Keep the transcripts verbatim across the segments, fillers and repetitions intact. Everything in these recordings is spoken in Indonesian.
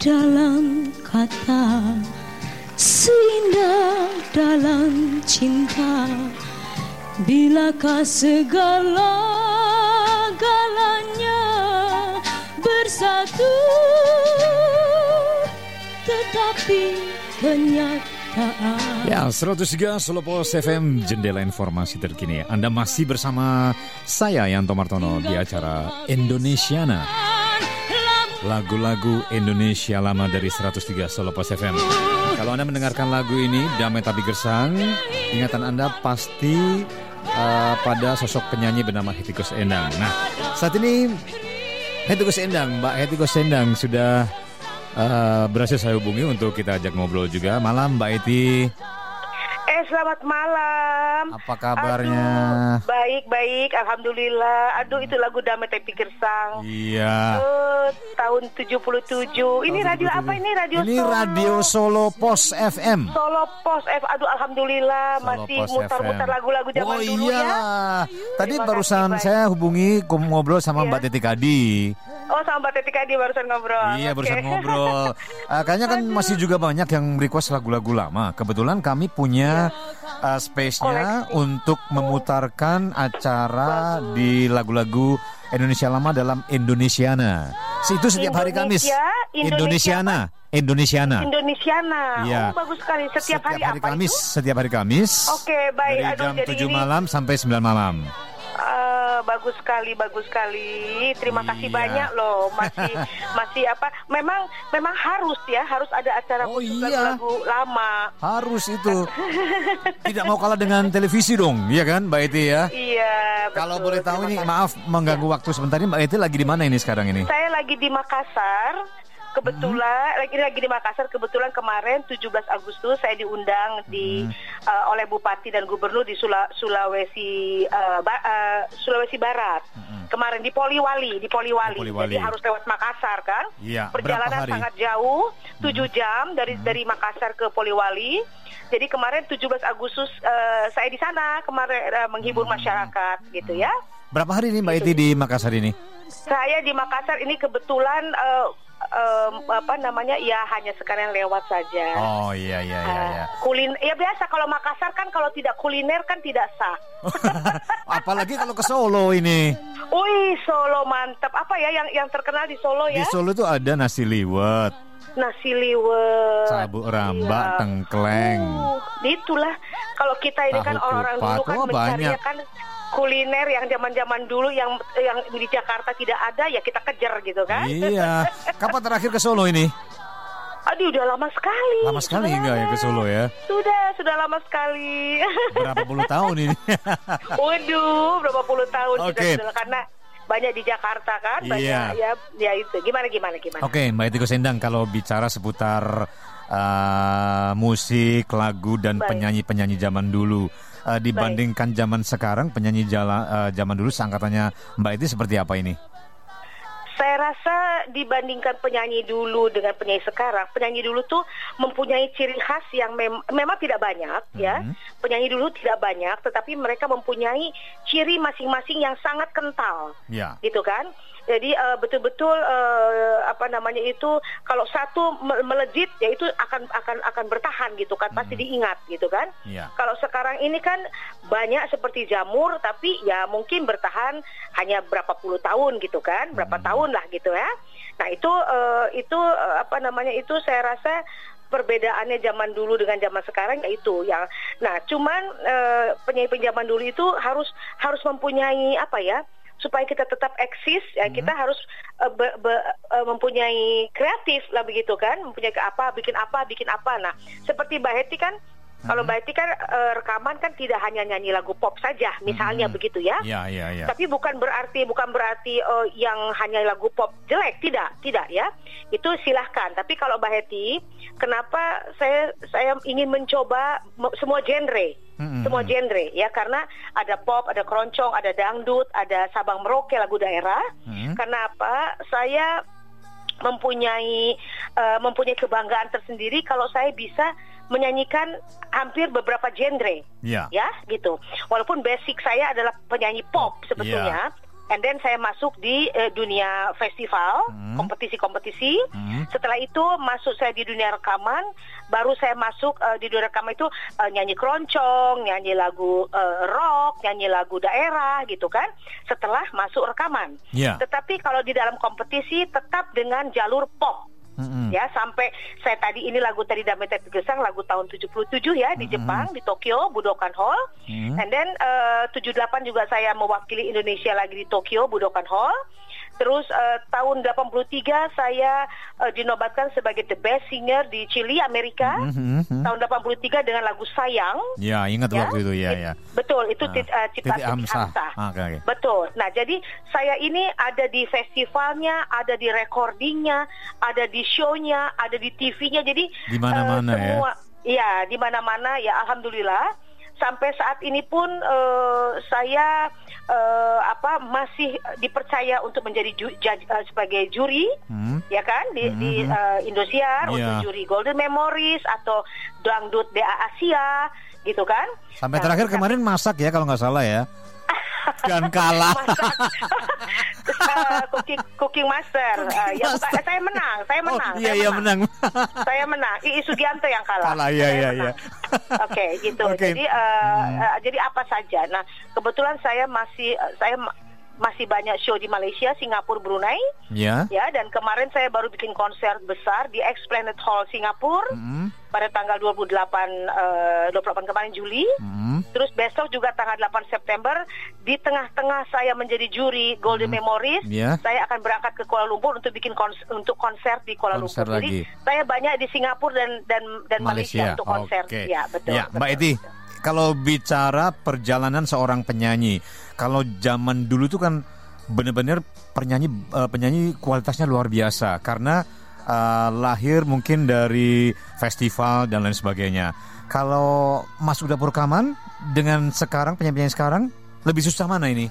dalam kata, seindah dalam cinta. Bilakah segala-galanya bersatu, tetapi kenyataan. Ya, seratus tiga Solo Pos F M, jendela informasi terkini. Anda masih bersama saya Yanto Martono di acara Indonesiana, lagu-lagu Indonesia lama dari seratus tiga Solo Pos F M. Kalau Anda mendengarkan lagu ini, Damai Tapi Gersang, ingatan Anda pasti uh, pada sosok penyanyi bernama Hetty Koes Endang. Nah, saat ini Hetty Koes Endang, Mbak Hetty Koes Endang sudah uh, berhasil saya hubungi untuk kita ajak ngobrol juga. Malam Mbak Hetty. Eh, selamat malam. Apa kabarnya? Aduh, baik, baik, alhamdulillah. Aduh, itu lagu Damai Tapi Gersang. Iya. Uh, tahun tujuh puluh tujuh. Ini radio apa ini? Radio Ini Solo. Radio Solo Pos F M. Solo Pos F. Aduh, alhamdulillah. Solo masih Pos mutar-mutar F M. lagu-lagu zaman oh, dulu iya. ya. Tadi Terima barusan kasih, saya hubungi ngobrol sama Iya. Mbak Teti Kadi. Oh, sama Mbak Teti Kadi barusan ngobrol. Iya, Oke. barusan ngobrol. Uh, kayaknya kan masih juga banyak yang request lagu-lagu lama. Kebetulan kami punya uh, space-nya Koleksi. untuk memutarkan acara di lagu-lagu Indonesia lama dalam Indonesiana. Itu setiap hari Kamis. Indonesia, Indonesiana, Indonesiana. Indonesiana. Iya. Oh, bagus sekali. Setiap, hari, apa Kamis, itu? setiap hari Kamis. Oke, baik. Dari Aduh, jam jadi tujuh ini- malam sampai sembilan malam. Uh, bagus sekali, bagus sekali. Terima kasih Iya. banyak loh. Masih, masih apa? Memang, memang harus ya, harus ada acara Oh, khusus iya. lagu lama. Harus itu. Tidak mau kalah dengan televisi dong, iya kan Mbak Eti ya? Iya. Kalau betul. boleh tahu Terima ini, kasih. maaf mengganggu waktu sebentar ini, Mbak Eti lagi di mana ini sekarang ini? Saya lagi di Makassar. Kebetulan lagi lagi di Makassar. Kebetulan kemarin tujuh belas Agustus saya diundang di uh, oleh Bupati dan Gubernur di Sula, Sulawesi uh, ba, uh, Sulawesi Barat. Kemarin di Poliwali, di Poliwali. Di Poliwali. Jadi harus lewat Makassar kan? Iya, Perjalanan berapa hari? sangat jauh, tujuh jam dari dari Makassar ke Poliwali. Jadi kemarin tujuh belas Agustus uh, saya di sana kemarin uh, menghibur masyarakat gitu ya. Berapa hari ini Mbak Eti di Makassar ini? Saya di Makassar ini kebetulan uh, um, apa namanya ya hanya sekarang lewat saja. Oh iya iya iya. iya. Uh, kulin ya biasa kalau Makassar kan kalau tidak kuliner kan tidak sah. Apalagi kalau ke Solo ini. Wih, Solo mantap. Apa ya yang yang terkenal di Solo Di ya? Solo tuh ada nasi liwet, Nasi liwet, sabuk rambak, iya. tengkleng. Uh, itulah kalau kita ini kan Tahu orang-orang kupat. dulu kan Oh, mencarinya banyak. kan kuliner yang zaman-zaman dulu yang yang di Jakarta tidak ada ya kita kejar gitu kan. Iya. Kapan terakhir ke Solo ini? Aduh, udah lama sekali. Lama sekali Sudah enggak ya ke Solo ya? Sudah, sudah lama sekali. Berapa puluh tahun ini? Waduh, berapa puluh tahun Oke. kita sudah karena banyak di Jakarta kan, banyak Iya. ya, ya itu. Gimana gimana gimana. Oke, Mbak Eti Koes Endang, kalau bicara seputar uh, musik, lagu dan Baik. penyanyi-penyanyi zaman dulu, uh, dibandingkan zaman sekarang, penyanyi jala, uh, zaman dulu seangkatannya Mbak Eti seperti apa ini? Saya rasa dibandingkan penyanyi dulu dengan penyanyi sekarang, penyanyi dulu tuh mempunyai ciri khas yang mem- memang tidak banyak ya. Penyanyi dulu tidak banyak, tetapi mereka mempunyai ciri masing-masing yang sangat kental, Ya. gitu kan. Jadi uh, betul-betul uh, apa namanya itu kalau satu me- melejit ya itu akan akan akan bertahan gitu kan, pasti diingat gitu kan. Ya. Kalau sekarang ini kan banyak seperti jamur tapi ya mungkin bertahan hanya berapa puluh tahun gitu kan, berapa tahun lah gitu ya. Nah itu uh, itu uh, apa namanya itu saya rasa perbedaannya zaman dulu dengan zaman sekarang yaitu yang nah cuman uh, penyanyi zaman dulu itu harus harus mempunyai apa ya supaya kita tetap eksis ya kita harus uh, be, be, uh, mempunyai kreatif lah begitu kan, mempunyai ke apa bikin apa bikin apa. Nah seperti Mbak Hetty kan kalau Mbak Hetty kan uh, rekaman kan tidak hanya nyanyi lagu pop saja misalnya begitu ya. Ya, ya, ya. Tapi bukan berarti bukan berarti uh, yang hanya lagu pop jelek, tidak, tidak ya. Itu silahkan. Tapi kalau Mbak Hetty, kenapa saya saya ingin mencoba me- semua genre, Mm-hmm. semua genre ya karena ada pop, ada keroncong, ada dangdut, ada Sabang Merauke lagu daerah. Mm-hmm. Kenapa saya mempunyai uh, mempunyai kebanggaan tersendiri kalau saya bisa menyanyikan hampir beberapa genre, Ya. ya gitu. Walaupun basic saya adalah penyanyi pop sebetulnya, And then saya masuk di uh, dunia festival, hmm. kompetisi-kompetisi. Hmm. Setelah itu masuk saya di dunia rekaman. Baru saya masuk uh, di dunia rekaman itu uh, nyanyi keroncong, nyanyi lagu uh, rock, nyanyi lagu daerah gitu kan. Setelah masuk rekaman. Yeah. Tetapi kalau di dalam kompetisi tetap dengan jalur pop. Mm-hmm. Ya, sampai saya tadi ini lagu tadi Damai Tapi Gersang, lagu tahun tujuh puluh tujuh ya, di mm-hmm. Jepang, di Tokyo, Budokan Hall. Mm-hmm. And then uh, tujuh puluh delapan juga saya mewakili Indonesia lagi di Tokyo, Budokan Hall. Terus uh, tahun delapan puluh tiga saya uh, dinobatkan sebagai the best singer di Chile, Amerika. Mm-hmm. Tahun delapan puluh tiga dengan lagu Sayang. Ya, ingat ya? Waktu itu ya, ya. Betul, itu uh, uh, Cipta Titi Amsah. Amsah. Okay, okay. Betul. Nah, jadi saya ini ada di festivalnya, ada di recordingnya, ada di show-nya, ada di T V-nya. Jadi di mana-mana uh, semua, ya. Iya, di mana-mana ya, alhamdulillah. Sampai saat ini pun uh, saya uh, apa masih dipercaya untuk menjadi ju, jaj, uh, sebagai juri, hmm. ya kan di, hmm. di uh, Indosiar, yeah. untuk juri Golden Memories atau Dangdut D A Asia, gitu kan? Sampai nah, terakhir kan, kemarin masak ya kalau nggak salah ya. Dan kalah. uh, cooking, cooking master. Uh, ya, bukan, saya menang, saya menang. Oh, iya, saya iya menang. menang. Saya menang. Iis Sugianto yang kalah. Kalah, iya, iya, iya. Oke, okay, gitu. Okay. Jadi, uh, hmm. uh, jadi apa saja. Nah, kebetulan saya masih, uh, saya masih banyak show di Malaysia, Singapura, Brunei. Ya. Ya, dan kemarin saya baru bikin konser besar di Esplanade Hall Singapura. Hmm. Pada tanggal dua puluh delapan, uh, dua puluh delapan kemarin Juli. Hmm. Terus besok juga tanggal delapan September, di tengah-tengah saya menjadi juri Golden hmm. Memories, yeah. saya akan berangkat ke Kuala Lumpur untuk bikin konser, untuk konser di Kuala konser Lumpur. lagi. Jadi saya banyak di Singapura dan dan dan Malaysia, Malaysia untuk konser. Okay. Ya, betul. Ya, betul, Mbak Eti, kalau bicara perjalanan seorang penyanyi, kalau zaman dulu itu kan benar-benar penyanyi uh, penyanyi kualitasnya luar biasa karena uh, lahir mungkin dari festival dan lain sebagainya. Kalau Mas udah rekaman dengan sekarang penyanyi-penyanyi sekarang lebih susah mana ini?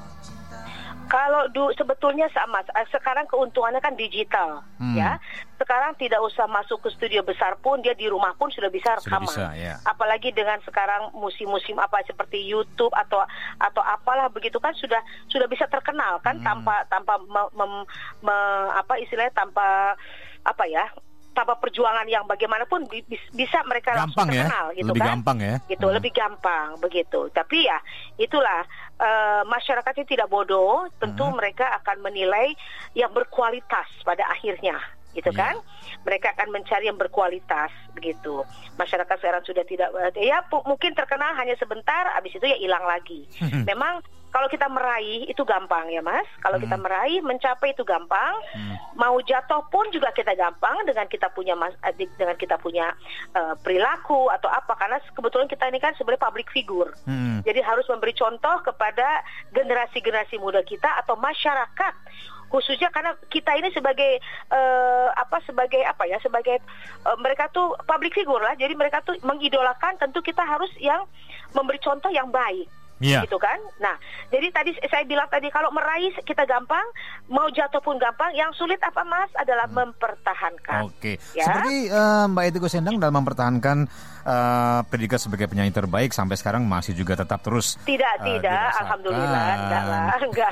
Kalau du, sebetulnya sama. Sekarang keuntungannya kan digital, hmm. ya. Sekarang tidak usah masuk ke studio besar pun, dia di rumah pun sudah bisa rekaman. Sudah bisa, ya. Apalagi dengan sekarang musim-musim apa seperti YouTube atau atau apalah begitu kan sudah sudah bisa terkenal kan, hmm. tanpa tanpa me, me, me, apa istilahnya tanpa apa ya? tanpa perjuangan yang bagaimanapun bisa mereka gampang langsung terkenal, ya? gitu lebih kan? gampang ya, gitu hmm. lebih gampang begitu. Tapi ya itulah uh, masyarakatnya tidak bodoh, tentu hmm. mereka akan menilai yang berkualitas pada akhirnya, gitu yeah. kan? Mereka akan mencari yang berkualitas begitu. Masyarakat sekarang sudah tidak, ya mungkin terkenal hanya sebentar, habis itu ya hilang lagi. Memang kalau kita meraih itu gampang ya Mas. Kalau hmm. kita meraih, mencapai itu gampang. Hmm. Mau jatuh pun juga kita gampang dengan kita punya mas, dengan kita punya uh, perilaku atau apa. Karena kebetulan kita ini kan sebenarnya public figure. Hmm. Jadi harus memberi contoh kepada generasi-generasi muda kita atau masyarakat. Khususnya karena kita ini sebagai uh, apa sebagai apa ya sebagai uh, mereka tuh public figure lah. Jadi mereka tuh mengidolakan. Tentu kita harus yang memberi contoh yang baik. Yeah. Gitu kan. Nah, jadi tadi saya bilang tadi kalau meraih kita gampang, mau jatuh pun gampang. Yang sulit apa Mas adalah hmm. mempertahankan. Oke. Ya? Seperti uh, Mbak Eti Kusendang dalam mempertahankan uh, predikat sebagai penyanyi terbaik sampai sekarang masih juga tetap terus. Tidak, uh, tidak. Dirasakan. Alhamdulillah, enggak lah, enggak.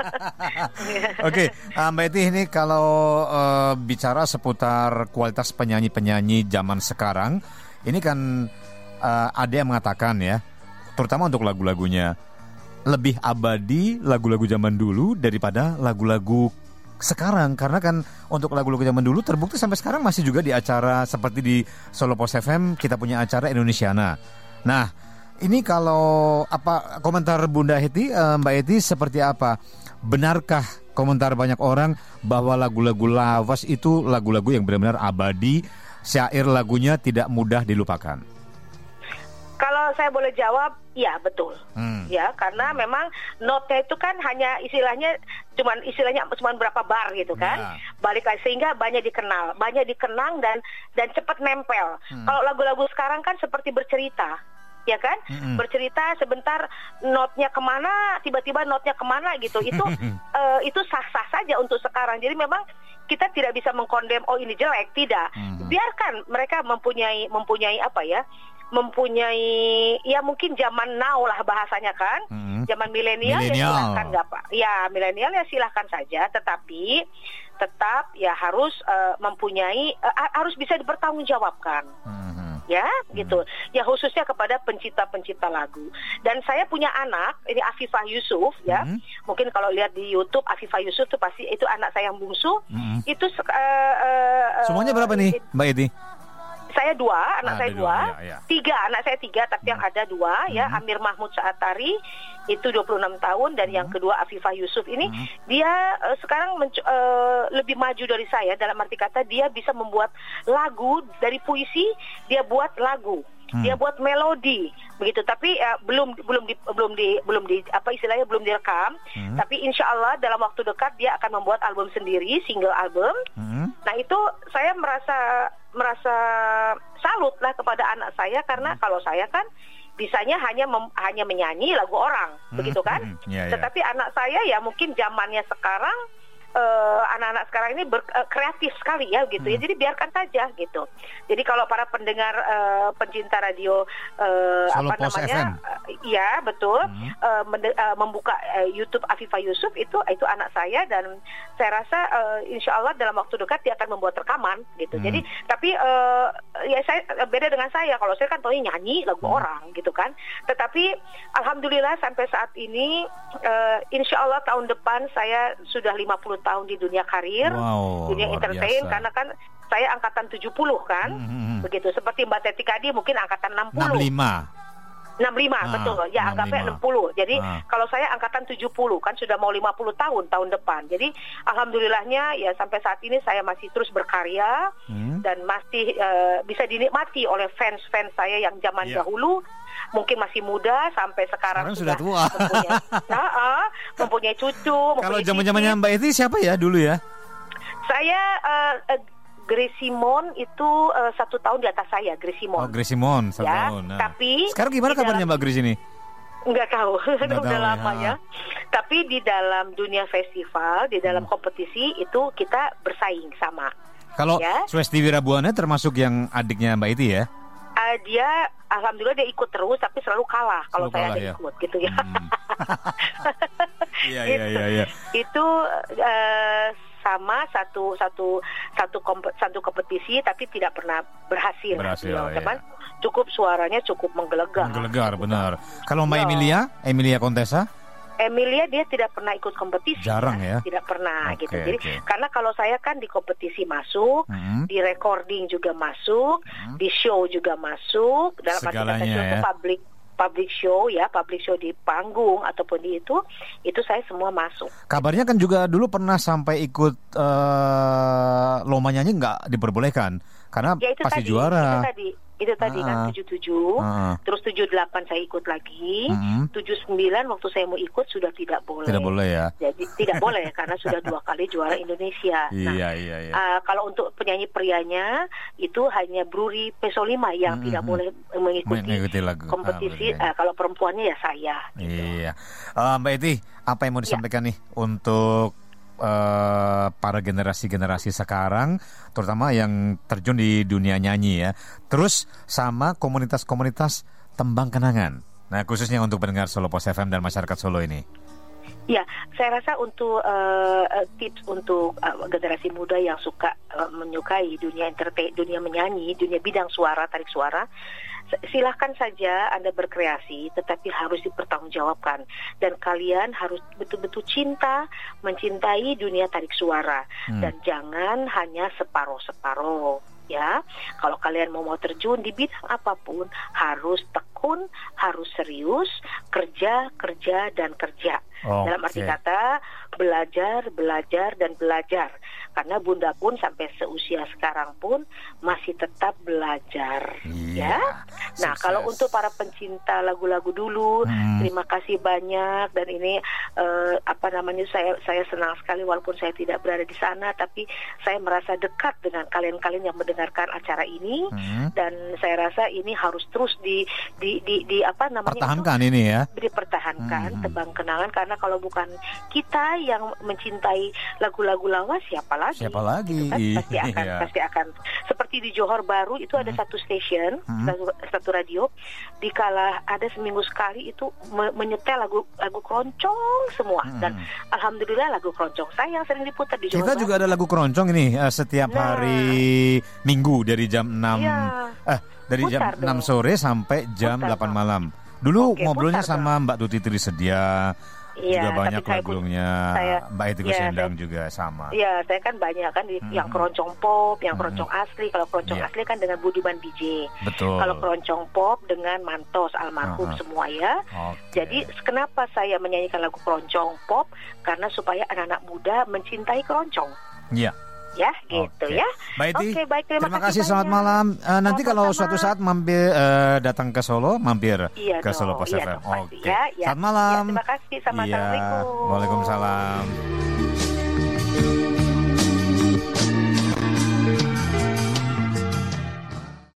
Oke, okay. uh, Mbak Eti ini kalau uh, bicara seputar kualitas penyanyi-penyanyi zaman sekarang, ini kan uh, ada yang mengatakan ya, terutama untuk lagu-lagunya lebih abadi lagu-lagu zaman dulu daripada lagu-lagu sekarang. Karena kan untuk lagu-lagu zaman dulu terbukti sampai sekarang masih juga di acara seperti di Solo Pos F M kita punya acara Indonesiana. Nah ini kalau apa komentar Bunda Heti, uh, Mbak Eti seperti apa? Benarkah komentar banyak orang bahwa lagu-lagu lawas itu lagu-lagu yang benar-benar abadi, syair lagunya tidak mudah dilupakan? Kalau saya boleh jawab, ya betul, hmm. ya karena memang notnya itu kan hanya istilahnya cuman istilahnya cuman berapa bar gitu kan, ya. Balik lagi sehingga banyak dikenal, banyak dikenang dan dan cepat nempel. Hmm. Kalau lagu-lagu sekarang kan seperti bercerita, ya kan, hmm. bercerita sebentar notnya kemana, tiba-tiba notnya kemana gitu, itu uh, itu sah-sah saja untuk sekarang. Jadi memang kita tidak bisa mengkondem oh ini jelek, tidak. Hmm. Biarkan mereka mempunyai mempunyai apa ya. mempunyai ya mungkin zaman now lah bahasanya kan, hmm. zaman milenial ya silahkan nggak Pak, ya milenial ya silahkan saja, tetapi tetap ya harus uh, mempunyai uh, harus bisa dipertanggungjawabkan. Hmm. Ya, hmm. gitu. Ya khususnya kepada pencipta-pencipta lagu. Dan saya punya anak, ini Afifah Yusuf, ya. Hmm. Mungkin kalau lihat di YouTube Afifah Yusuf itu pasti itu anak saya yang bungsu. Hmm. Itu uh, uh, semuanya berapa nih, Mbak Edi? Saya dua, anak ah, saya dua, ya, ya. tiga, anak saya tiga, tapi hmm. yang ada dua, hmm. ya. Amir Mahmud Saatari itu dua puluh enam tahun dan hmm. yang kedua Afifah Yusuf ini hmm. dia uh, sekarang menc- uh, lebih maju dari saya dalam arti kata dia bisa membuat lagu dari puisi, dia buat lagu. Hmm. Dia buat melodi begitu, tapi uh, belum belum di, belum di belum di apa istilahnya belum direkam, hmm. tapi insya Allah dalam waktu dekat dia akan membuat album sendiri, single album. Hmm. Nah itu saya merasa merasa salut lah kepada anak saya karena hmm. kalau saya kan bisanya hanya mem, hanya menyanyi lagu orang, hmm. begitu kan? Hmm. Yeah, yeah. Tetapi anak saya ya mungkin zamannya sekarang. Uh, anak-anak sekarang ini ber, uh, kreatif sekali ya gitu hmm. ya, jadi biarkan saja gitu. Jadi kalau para pendengar uh, pencinta radio uh, apa namanya uh, ya betul hmm. uh, mende- uh, membuka uh, YouTube Afifah Yusuf itu itu anak saya dan saya rasa uh, insya Allah dalam waktu dekat dia akan membuat rekaman gitu. Hmm. Jadi tapi uh, ya saya beda dengan saya, kalau saya kan tahunya nyanyi lagu hmm. orang gitu kan. Tetapi alhamdulillah sampai saat ini uh, insya Allah tahun depan saya sudah lima puluh tahun di dunia karir, wow, dunia entertain, biasa. Karena kan saya angkatan tujuh puluh kan, hmm. begitu. Seperti Mbak Teti Kadi mungkin angkatan enam puluh. enam puluh lima enam puluh lima, ah, betul. Ya, anggapnya enam puluh. Jadi, ah. kalau saya angkatan tujuh puluh, kan sudah mau lima puluh tahun, tahun depan. Jadi, alhamdulillahnya, ya sampai saat ini saya masih terus berkarya, hmm. dan masih uh, bisa dinikmati oleh fans-fans saya yang zaman yeah. dahulu, mungkin masih muda, sampai sekarang, sekarang sudah, sudah tua. Mempunyai, nah, uh, mempunyai cucu. Kalau zaman-zamannya Mbak Eti siapa ya dulu ya? Saya... Uh, uh, Grace Simon itu uh, satu tahun di atas saya, Grace Simon. Oh, Grace Simon, satu ya, tahun. Nah. Tapi sekarang gimana kabarnya dalam... Mbak Grace ini? Enggak tahu, udah tahu, lama ya. ya. Tapi di dalam dunia festival, di dalam hmm. kompetisi itu kita bersaing sama. Kalau ya? Swesti Wirabuana termasuk yang adiknya Mbak Iti ya? Uh, dia, alhamdulillah dia ikut terus, tapi selalu kalah kalau selalu saya kalah, ada ya? ikut, gitu ya. Iya, iya, iya, iya. Itu uh, sama satu satu satu kompet, satu kompetisi tapi tidak pernah berhasil. Berhasil, gitu, ya. Teman. Cukup suaranya cukup menggelegar. Menggelegar, benar. Kalau Mbak Emilia, Emilia Contessa? Emilia dia tidak pernah ikut kompetisi. Jarang ya? Tidak pernah okay, gitu. Jadi okay. karena kalau saya kan di kompetisi masuk, hmm. di recording juga masuk, hmm. di show juga masuk, dalam arti kata show itu public public show ya, public show di panggung ataupun di itu, itu saya semua masuk. Kabarnya kan juga dulu pernah sampai ikut uh, lomba nyanyi nggak diperbolehkan karena ya, itu pasti tadi, juara. Itu tadi. Itu tadi ah, kan tujuh puluh tujuh, ah. terus tujuh puluh delapan saya ikut lagi, hmm. tujuh puluh sembilan waktu saya mau ikut sudah tidak boleh. Tidak boleh ya? Jadi tidak boleh karena sudah dua kali juara Indonesia. Nah, iya, iya, iya. Uh, kalau untuk penyanyi prianya itu hanya Bruri Pesolima yang hmm. tidak boleh mengikuti, mengikuti lagu. kompetisi. Ah, uh, kalau perempuannya ya saya. Gitu. Iya. Uh, Mbak Eti, apa yang mau disampaikan ya. nih untuk Uh, para generasi-generasi sekarang, terutama yang terjun di dunia nyanyi ya, terus sama komunitas-komunitas tembang kenangan. Nah, khususnya untuk pendengar Solo Pos F M dan masyarakat Solo ini. Ya, saya rasa untuk uh, tips untuk uh, generasi muda yang suka uh, menyukai dunia entertain, dunia menyanyi, dunia bidang suara, tarik suara, silahkan saja Anda berkreasi, tetapi harus dipertanggungjawabkan. Dan kalian harus betul-betul cinta, mencintai dunia tarik suara. Hmm. Dan jangan hanya separuh-separuh. Ya, kalau kalian mau mau terjun di bidang apapun, harus tekun, harus serius, kerja, kerja, dan kerja. Okay. Dalam arti kata, belajar, belajar, dan belajar. Karena Bunda pun sampai seusia sekarang pun masih tetap belajar. Yeah, ya. Nah, sukses. Kalau untuk para pencinta lagu-lagu dulu, hmm. terima kasih banyak. Dan ini uh, apa namanya, saya saya senang sekali walaupun saya tidak berada di sana, tapi saya merasa dekat dengan kalian-kalian yang mendengarkan acara ini. Hmm. Dan saya rasa ini harus terus di di di, di apa namanya pertahankan itu, ini ya. Dipertahankan hmm. tembang kenangan, karena kalau bukan kita yang mencintai lagu-lagu lawas, siapa lagi? Siapa lagi? Gitu kan? Pasti akan, Iya. pasti akan. Seperti di Johor Baru itu ada Hmm. satu station, Hmm. satu, satu radio. Dikala ada seminggu sekali itu me- menyetel lagu lagu keroncong semua. Hmm. Dan alhamdulillah lagu keroncong saya yang sering diputar di Johor Kita Baru. juga ada lagu keroncong ini uh, setiap Nah. hari Minggu dari jam enam Iya. eh dari jam Putar enam dong. sore sampai jam Putar delapan dong. malam. Dulu Oke, ngobrolnya putar sama Mbak Tuti Trisedia. Iya, Juga banyak tapi saya pun- lagunya saya- Mbak Hetiko iya, Sendang saya- juga sama. Iya, saya kan banyak kan di, Hmm. yang keroncong pop, yang Hmm. keroncong asli. Kalau keroncong Iya. asli kan dengan Budiman D J. Betul. Kalau keroncong pop dengan Mantos almarhum Uh-huh. semua ya. Oke. Jadi kenapa saya menyanyikan lagu keroncong pop? Karena supaya anak-anak muda mencintai keroncong. Iya. Ya, gitu Oke. ya. Mbak Eti, Oke, baik, terima, terima kasih, selamat banyak. malam. Eh, nanti kalau Sama-sama. suatu saat mampir eh, datang ke Solo, mampir Iya ke dong, Solo Pos iya F M. dong, pasti Oke. ya, ya. Selamat malam. Ya, terima kasih, sama Iya. Assalamualaikum. Waalaikumsalam.